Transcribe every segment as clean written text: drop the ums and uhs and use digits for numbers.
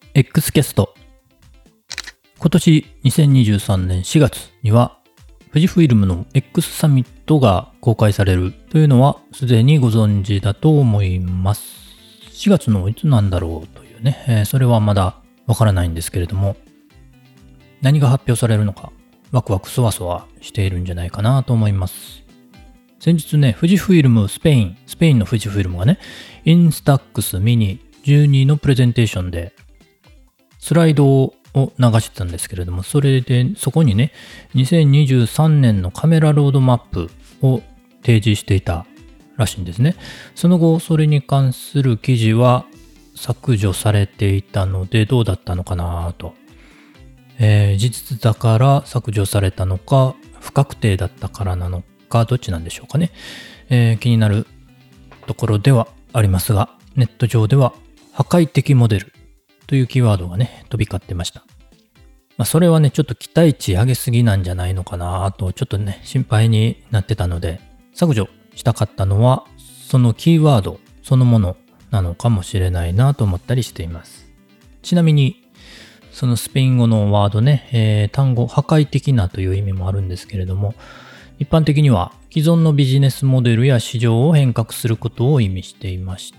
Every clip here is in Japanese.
X キャスト。今年2023年4月には富士フイルムの X サミットが公開されるというのはすでにご存知だと思います。4月のいつなんだろうというね、それはまだわからないんですけれども、何が発表されるのかワクワクそわそわしているんじゃないかなと思います。先日ね、富士フイルムスペインの富士フイルムがね、Instax Mini 12のプレゼンテーションでスライドを流してたんですけれども、そこにね、2023年のカメラロードマップを提示していたらしいんですね。その後、それに関する記事は削除されていたので、どうだったのかなと。事実だから削除されたのか、不確定だったからなのか、どっちなんでしょうかね。気になるところではありますが、ネット上では破壊的モデルというキーワードがね、飛び交ってました。それはね、ちょっと期待値上げすぎなんじゃないのかなと、ちょっとね、心配になってたので、削除したかったのは、そのキーワードそのものなのかもしれないなと思ったりしています。ちなみに、そのスペイン語のワードね、単語、破壊的なという意味もあるんですけれども、一般的には既存のビジネスモデルや市場を変革することを意味していまして、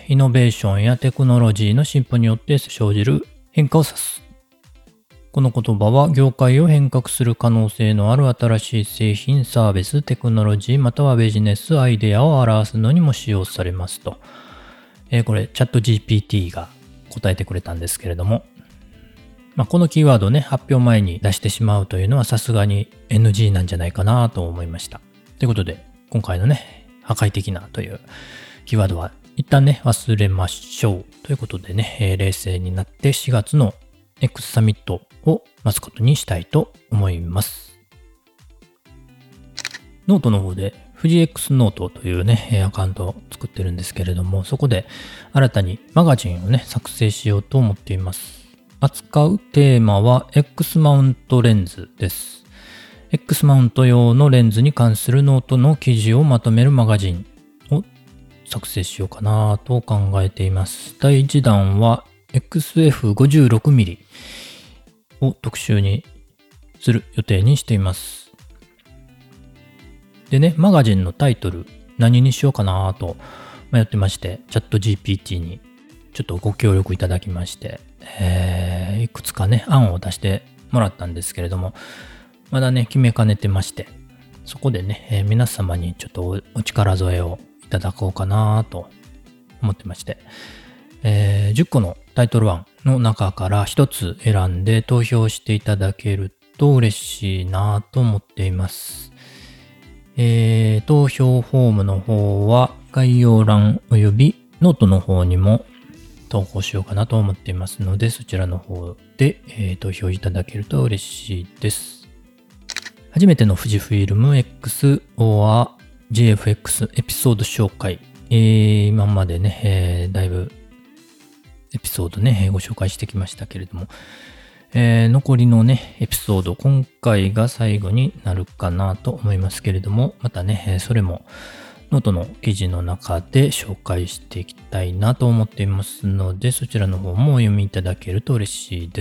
イノベーションやテクノロジーの進歩によって生じる変化を指す。この言葉は業界を変革する可能性のある新しい製品、サービス、テクノロジーまたはビジネスアイデアを表すのにも使用されますと。これチャット GPT が答えてくれたんですけれども、このキーワードをね、発表前に出してしまうというのはさすがに NG なんじゃないかなと思いました。ということで、今回のね、破壊的なというキーワードは一旦ね、忘れましょう。ということでね、冷静になって4月の X サミットを待つことにしたいと思います。ノートの方で富士 X ノートというね、アカウントを作ってるんですけれども、そこで新たにマガジンをね、作成しようと思っています。扱うテーマは X マウントレンズです。X マウント用のレンズに関するノートの記事をまとめるマガジンを作成しようかなと考えています。第1弾は XF56mm を特集にする予定にしています。でね、マガジンのタイトル何にしようかなと迷ってまして、チャット GPT にちょっとご協力いただきまして、いくつかね、案を出してもらったんですけれども、まだね、決めかねてまして、そこでね、皆様にちょっとお力添えをいただこうかなと思ってまして、10個のタイトル案の中から1つ選んで投票していただけると嬉しいなと思っています。投票フォームの方は概要欄およびノートの方にも投稿しようかなと思っていますので、そちらの方で、投票いただけると嬉しいです。初めての富士フイルム X or GFX エピソード紹介。今までね、だいぶエピソードね、ご紹介してきましたけれども、残りのね、エピソード、今回が最後になるかなと思いますけれども、またね、それもノートの記事の中で紹介していきたいなと思っていますので、そちらの方もお読みいただけると嬉しいです。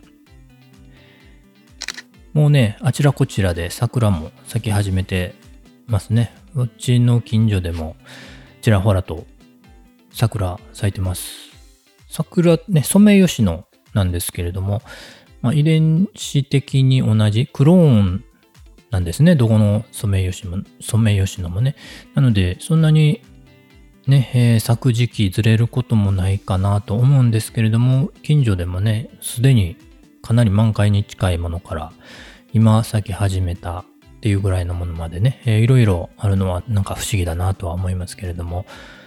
もうね、あちらこちらで桜も咲き始めてますね。うちの近所でもちらほらと桜咲いてます。桜ね、ソメイヨシノなんですけれども、遺伝子的に同じクローンなんですね。どこのソメイヨシノもね。なので、そんなにね、咲く時期ずれることもないかなと思うんですけれども、近所でもね、すでにかなり満開に近いものから、今咲き始めたっていうぐらいのものまでね、いろいろあるのはなんか不思議だなとは思いますけれども、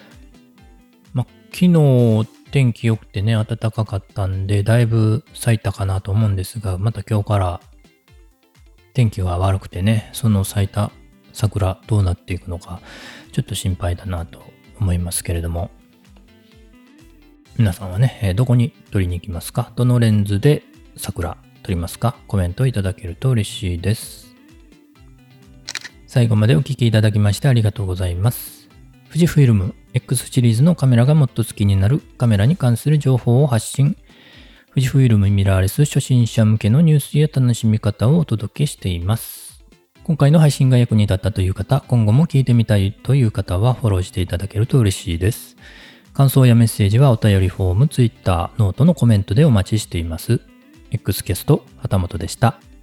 昨日天気良くてね、暖かかったんで、だいぶ咲いたかなと思うんですが、また今日から天気が悪くてね、その咲いた桜どうなっていくのか、ちょっと心配だなと思いますけれども、皆さんはね、どこに撮りに行きますか？どのレンズで桜撮りますか？コメントいただけると嬉しいです。最後までお聞きいただきましてありがとうございます。富士フイルム X シリーズのカメラがもっと好きになるカメラに関する情報を発信、 富士フイルムミラーレス初心者向けのニュースや楽しみ方をお届けしています。今回の配信が役に立ったという方、今後も聞いてみたいという方はフォローしていただけると嬉しいです。感想やメッセージはお便りフォーム、Twitter、ノートのコメントでお待ちしています。X キャスト、旗本でした。